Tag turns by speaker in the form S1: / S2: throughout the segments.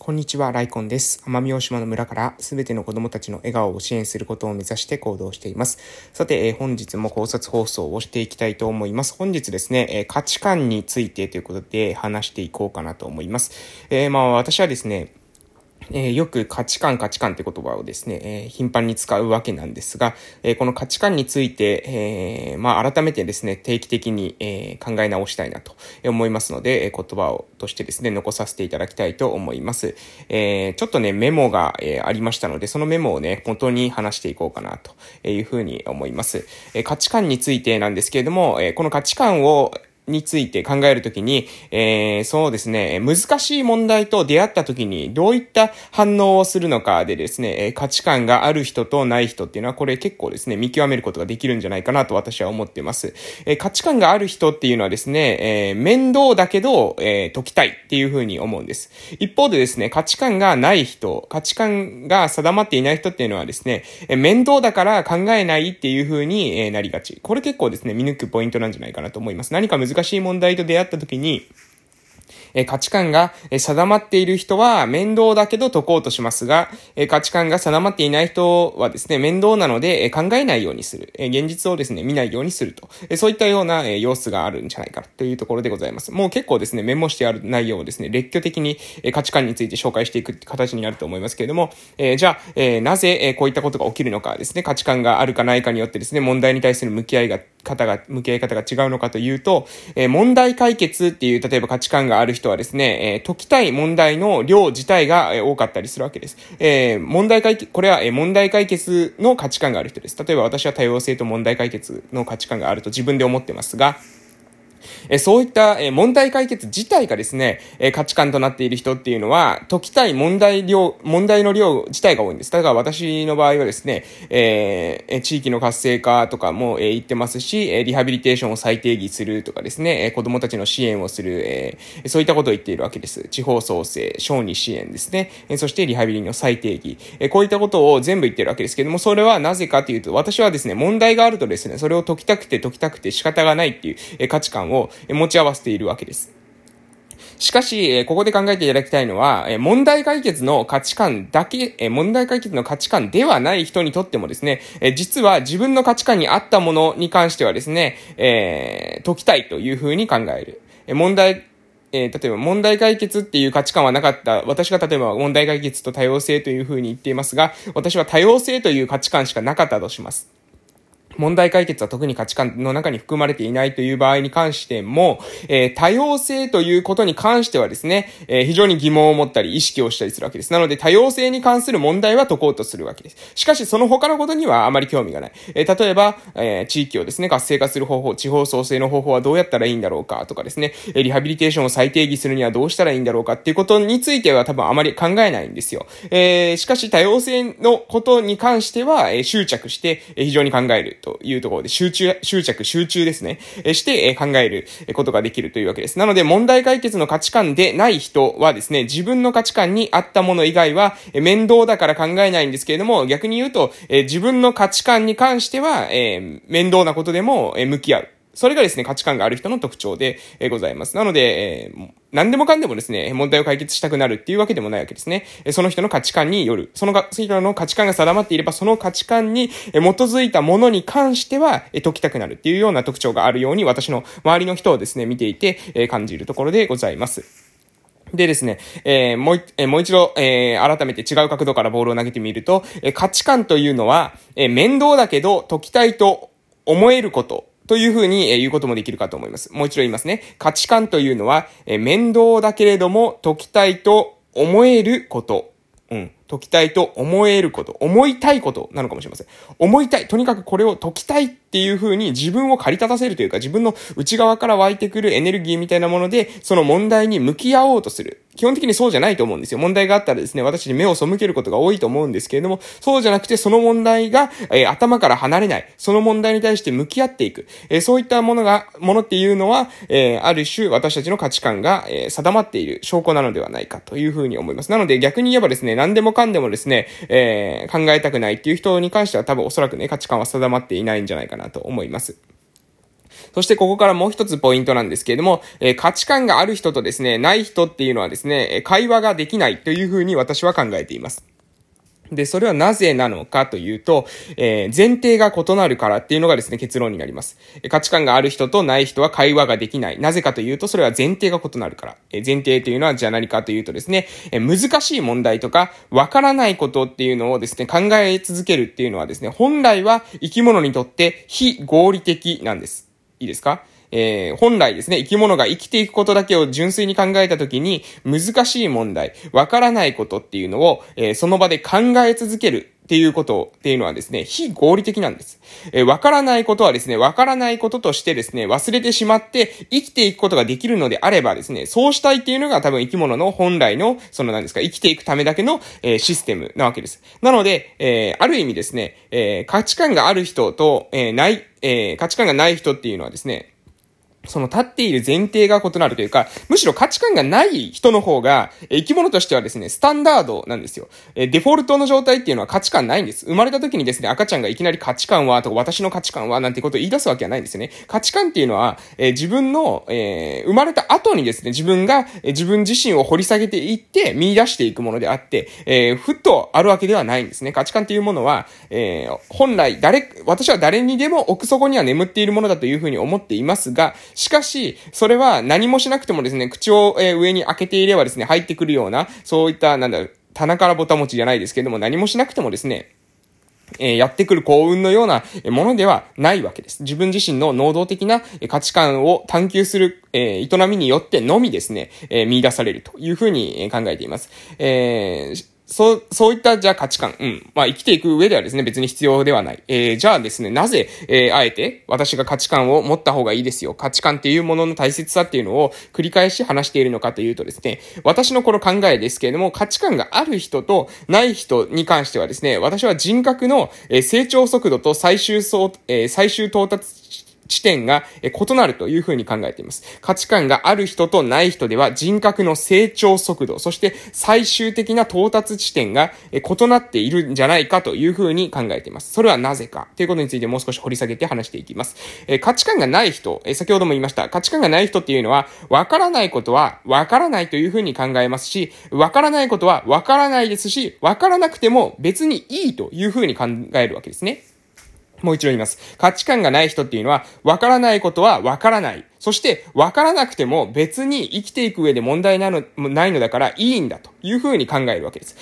S1: こんにちは、ライコンです。奄美大島の村からすべての子供たちの笑顔を支援することを目指して行動しています。さて、本日も考察放送をしていきたいと思います。本日ですね、価値観についてということで話していこうかなと思います。私はですね、よく価値観って言葉をですね、頻繁に使うわけなんですが、この価値観について、改めてですね、定期的に、考え直したいなと思いますので、言葉をとしてですね、残させていただきたいと思います。ちょっとね、メモが、ありましたので、そのメモをね、元に話していこうかなというふうに思います。価値観についてなんですけれども、この価値観について考えるときに、そうですね、難しい問題と出会ったときにどういった反応をするのかでですね、価値観がある人とない人っていうのはこれ結構ですね、見極めることができるんじゃないかなと私は思っています。価値観がある人っていうのはですね、面倒だけど、解きたいっていうふうに思うんです。一方でですね、価値観がない人、価値観が定まっていない人っていうのはですね、面倒だから考えないっていうふうになりがち。これ結構ですね、見抜くポイントなんじゃないかなと思います。何か難しい問題と出会った時に、価値観が定まっている人は面倒だけど解こうとしますが、価値観が定まっていない人はですね、面倒なので考えないようにする。現実をですね、見ないようにすると。そういったような様子があるんじゃないかというところでございます。もう結構ですね、メモしてある内容をですね、列挙的に価値観について紹介していく形になると思いますけれども、じゃあ、なぜこういったことが起きるのかですね、価値観があるかないかによってですね、問題に対する向き合い方が違うのかというと、問題解決っていう、例えば価値観がある人はですね、解きたい問題の量自体が多かったりするわけです。これは問題解決の価値観がある人です。例えば私は多様性と問題解決の価値観があると自分で思ってますが、そういった問題解決自体がですね、価値観となっている人っていうのは、解きたい問題の量自体が多いんです。だから私の場合はですね、地域の活性化とかも言ってますし、リハビリテーションを再定義するとかですね、子供たちの支援をする、そういったことを言っているわけです。地方創生、小児支援ですね、そしてリハビリの再定義、こういったことを全部言っているわけですけども、それはなぜかというと、私はですね、問題があるとですね、それを解きたくて仕方がないっていう価値観を持ち合わせているわけです。しかし、ここで考えていただきたいのは、問題解決の価値観ではない人にとってもですね、実は自分の価値観に合ったものに関してはですね、解きたいというふうに考える。例えば問題解決っていう価値観はなかった。私が例えば問題解決と多様性というふうに言っていますが、私は多様性という価値観しかなかったとします。問題解決は特に価値観の中に含まれていないという場合に関しても、多様性ということに関してはですね、非常に疑問を持ったり意識をしたりするわけです。なので多様性に関する問題は解こうとするわけです。しかしその他のことにはあまり興味がない。例えば、地域をですね、活性化する方法、地方創生の方法はどうやったらいいんだろうかとかですね、リハビリテーションを再定義するにはどうしたらいいんだろうかっていうことについては多分あまり考えないんですよ。しかし多様性のことに関しては、執着して、非常に考える。というところで集中ですね。して考えることができるというわけです。なので問題解決の価値観でない人はですね、自分の価値観に合ったもの以外は面倒だから考えないんですけれども、逆に言うと、自分の価値観に関しては、面倒なことでも向き合う。それがですね、価値観がある人の特徴でございます。なので、何でもかんでもですね、問題を解決したくなるっていうわけでもないわけですね。その人の価値観による。その人の価値観が定まっていれば、その価値観に基づいたものに関しては解きたくなるっていうような特徴があるように、私の周りの人をですね、見ていて感じるところでございます。でですね、もう一度、改めて違う角度からボールを投げてみると、価値観というのは、面倒だけど解きたいと思えること。というふうに言うこともできるかと思います。もう一度言いますね。価値観というのは、面倒だけれども解きたいと思えること。解きたいと思えること。思いたいことなのかもしれません。思いたい。とにかくこれを解きたいっていう風に自分を駆り立たせるというか、自分の内側から湧いてくるエネルギーみたいなもので、その問題に向き合おうとする。基本的にそうじゃないと思うんですよ。問題があったらですね、私に目を背けることが多いと思うんですけれども、そうじゃなくてその問題が、頭から離れない。その問題に対して向き合っていく。そういったものっていうのは、ある種私たちの価値観が、定まっている証拠なのではないかというふうに思います。なので逆に言えばですね、何でもかんでもですね、考えたくないっていう人に関しては多分おそらくね、価値観は定まっていないんじゃないかなと思います。 そしてここからもう一つポイントなんですけれども、価値観がある人とですね、ない人っていうのはですね、会話ができないというふうに私は考えています。で、それはなぜなのかというと、前提が異なるからっていうのがですね、結論になります。価値観がある人とない人は会話ができない。なぜかというと、それは前提が異なるから。前提というのはじゃあ何かというとですね、難しい問題とか、わからないことっていうのをですね、考え続けるっていうのはですね、本来は生き物にとって非合理的なんです。いいですか？本来ですね、生き物が生きていくことだけを純粋に考えたときに、難しい問題、わからないことっていうのを、その場で考え続けるっていうことっていうのはですね、非合理的なんです。わからないことはですね、わからないこととしてですね、忘れてしまって生きていくことができるのであればですね、そうしたいっていうのが多分生き物の本来の、何ですか、生きていくためだけの、システムなわけです。なので、ある意味ですね、価値観がある人と、価値観がない人っていうのはですね、その立っている前提が異なるというか、むしろ価値観がない人の方が、生き物としてはですね、スタンダードなんですよ。デフォルトの状態っていうのは価値観ないんです。生まれた時にですね、赤ちゃんがいきなり価値観はとか、私の価値観はなんてことを言い出すわけはないんですよね。価値観っていうのは、自分の、生まれた後にですね、自分が、自分自身を掘り下げていって見出していくものであって、ふっとあるわけではないんですね。価値観っていうものは、本来私は誰にでも奥底には眠っているものだというふうに思っていますが、しかし、それは何もしなくてもですね、口を上に開けていればですね、入ってくるような、そういった、棚からぼたもちじゃないですけれども、何もしなくてもですね、やってくる幸運のようなものではないわけです。自分自身の能動的な価値観を探求する、営みによってのみですね、見出されるというふうに考えています。そういった、じゃあ価値観。生きていく上ではですね、別に必要ではない。じゃあですね、なぜ、あえて、私が価値観を持った方がいいですよ。価値観っていうものの大切さっていうのを繰り返し話しているのかというとですね、私のこの考えですけれども、価値観がある人とない人に関してはですね、私は人格の成長速度と最終到達地点が異なるというふうに考えています。価値観がある人とない人では人格の成長速度、そして最終的な到達地点が異なっているんじゃないかというふうに考えています。それはなぜかということについてもう少し掘り下げて話していきます。価値観がない人、先ほども言いました。価値観がない人っていうのは、わからないことはわからないというふうに考えますし、わからないことはわからないですし、わからなくても別にいいというふうに考えるわけですね。もう一度言います。価値観がない人っていうのは、わからないことはわからない。そして、わからなくても別に生きていく上で問題ないのだからいいんだというふうに考えるわけです。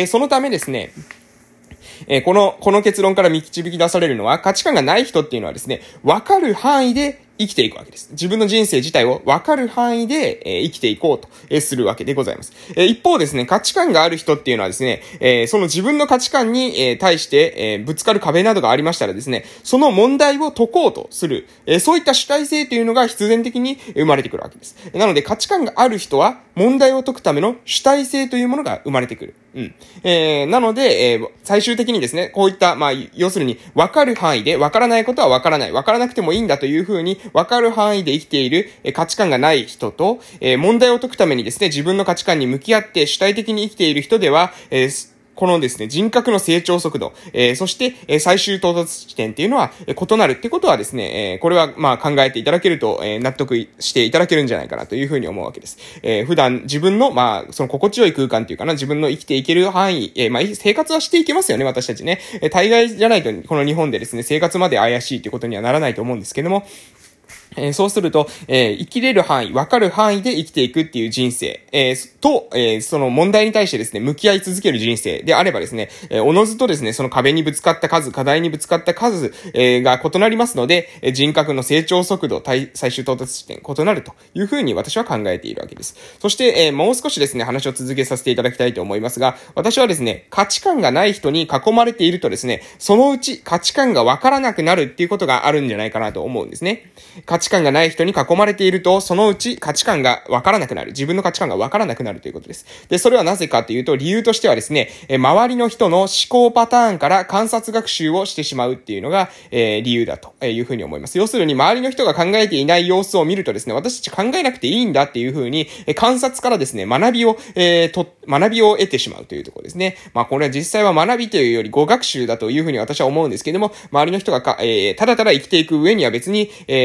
S1: そのためですね、この結論から導き出されるのは、価値観がない人っていうのはですね、わかる範囲で生きていくわけです。自分の人生自体を分かる範囲で、生きていこうと、するわけでございます。一方ですね、価値観がある人っていうのはですね、その自分の価値観に、対して、ぶつかる壁などがありましたらですね、その問題を解こうとする、そういった主体性というのが必然的に生まれてくるわけです。なので価値観がある人は問題を解くための主体性というものが生まれてくる。なので、最終的にですね、こういった、要するに、分かる範囲で、分からないことは分からない。分からなくてもいいんだというふうに、分かる範囲で生きている価値観がない人と、問題を解くためにですね、自分の価値観に向き合って主体的に生きている人では、このですね、人格の成長速度、そして、最終到達地点っていうのは、異なるってことはですね、これは考えていただけると、納得していただけるんじゃないかなというふうに思うわけです。普段自分の、その心地よい空間っていうかな、自分の生きていける範囲、生活はしていけますよね、私たちね。大概じゃないと、この日本でですね、生活まで怪しいということにはならないと思うんですけども、そうすると、生きれる範囲、わかる範囲で生きていくっていう人生、その問題に対してですね、向き合い続ける人生であればですね、おのずとですね、その壁にぶつかった数、課題にぶつかった数、が異なりますので、人格の成長速度、最終到達地点、異なるというふうに私は考えているわけです。そして、もう少しですね、話を続けさせていただきたいと思いますが、私はですね、価値観がない人に囲まれているとですね、そのうち価値観がわからなくなるっていうことがあるんじゃないかなと思うんですね。価値観がない人に囲まれていると、そのうち価値観がわからなくなる。自分の価値観がわからなくなるということです。で、それはなぜかというと、理由としてはですね、周りの人の思考パターンから観察学習をしてしまうっていうのが、理由だというふうに思います。要するに、周りの人が考えていない様子を見るとですね、私たち考えなくていいんだっていうふうに、観察からですね、学びを得てしまうというところですね。これは実際は学びというより語学習だというふうに私は思うんですけれども、周りの人がただただ生きていく上には別に、価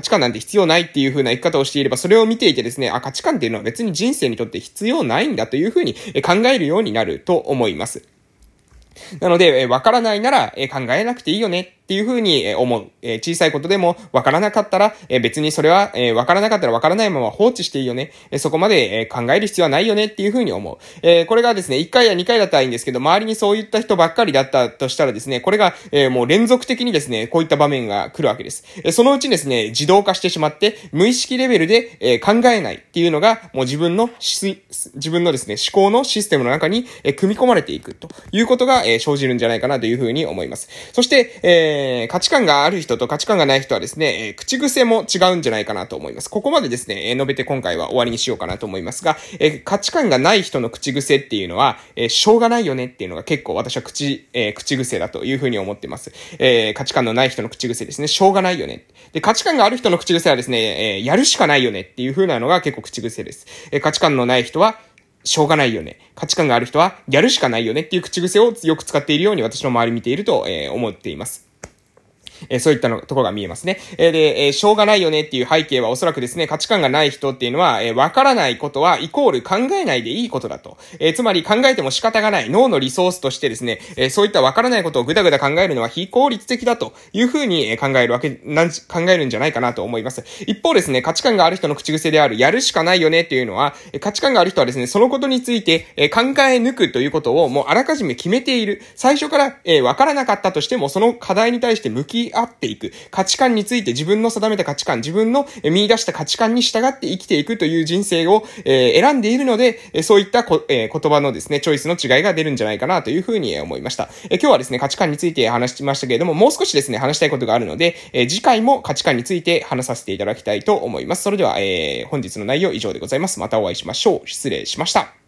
S1: 価値観なんて必要ないっていう風な生き方をしていれば、それを見ていてですね、価値観っていうのは別に人生にとって必要ないんだという風に考えるようになると思います。なので、わからないなら、考えなくていいよねっていうふうに思う。小さいことでもわからなかったら、別にそれは、わからなかったらわからないまま放置していいよね。そこまで、考える必要はないよねっていうふうに思う。これがですね、1回や2回だったらいいんですけど、周りにそういった人ばっかりだったとしたらですね、これが、もう連続的にですね、こういった場面が来るわけです。そのうちですね、自動化してしまって、無意識レベルで、考えないっていうのが、もう自分のですね、思考のシステムの中に、組み込まれていくということが、生じるんじゃないかなというふうに思います。そして、価値観がある人と価値観がない人はですね、口癖も違うんじゃないかなと思います。ここまでですね、述べて今回は終わりにしようかなと思いますが、価値観がない人の口癖っていうのは、しょうがないよねっていうのが結構私は口癖だというふうに思ってます。価値観のない人の口癖ですね、しょうがないよね。で、価値観がある人の口癖はですね、やるしかないよねっていうふうなのが結構口癖です。価値観のない人は、しょうがないよね。価値観がある人は、やるしかないよねっていう口癖をよく使っているように私の周り見ていると、思っています。そういったところが見えますね。で、しょうがないよねっていう背景はおそらくですね、価値観がない人っていうのは、わからないことはイコール考えないでいいことだと。つまり考えても仕方がない脳のリソースとしてですね、そういったわからないことをぐだぐだ考えるのは非効率的だというふうに考えるんじゃないかなと思います。一方ですね、価値観がある人の口癖であるやるしかないよねっていうのは、価値観がある人はですね、そのことについて、考え抜くということをもうあらかじめ決めている。最初から、わからなかったとしても、その課題に対して向き合っていく。価値観について自分の定めた価値観、自分の見出した価値観に従って生きていくという人生を、選んでいるので、そういった言葉のですね、チョイスの違いが出るんじゃないかなというふうに思いました。今日はですね、価値観について話しましたけれども、もう少しですね、話したいことがあるので、次回も価値観について話させていただきたいと思います。それでは、本日の内容以上でございます。またお会いしましょう。失礼しました。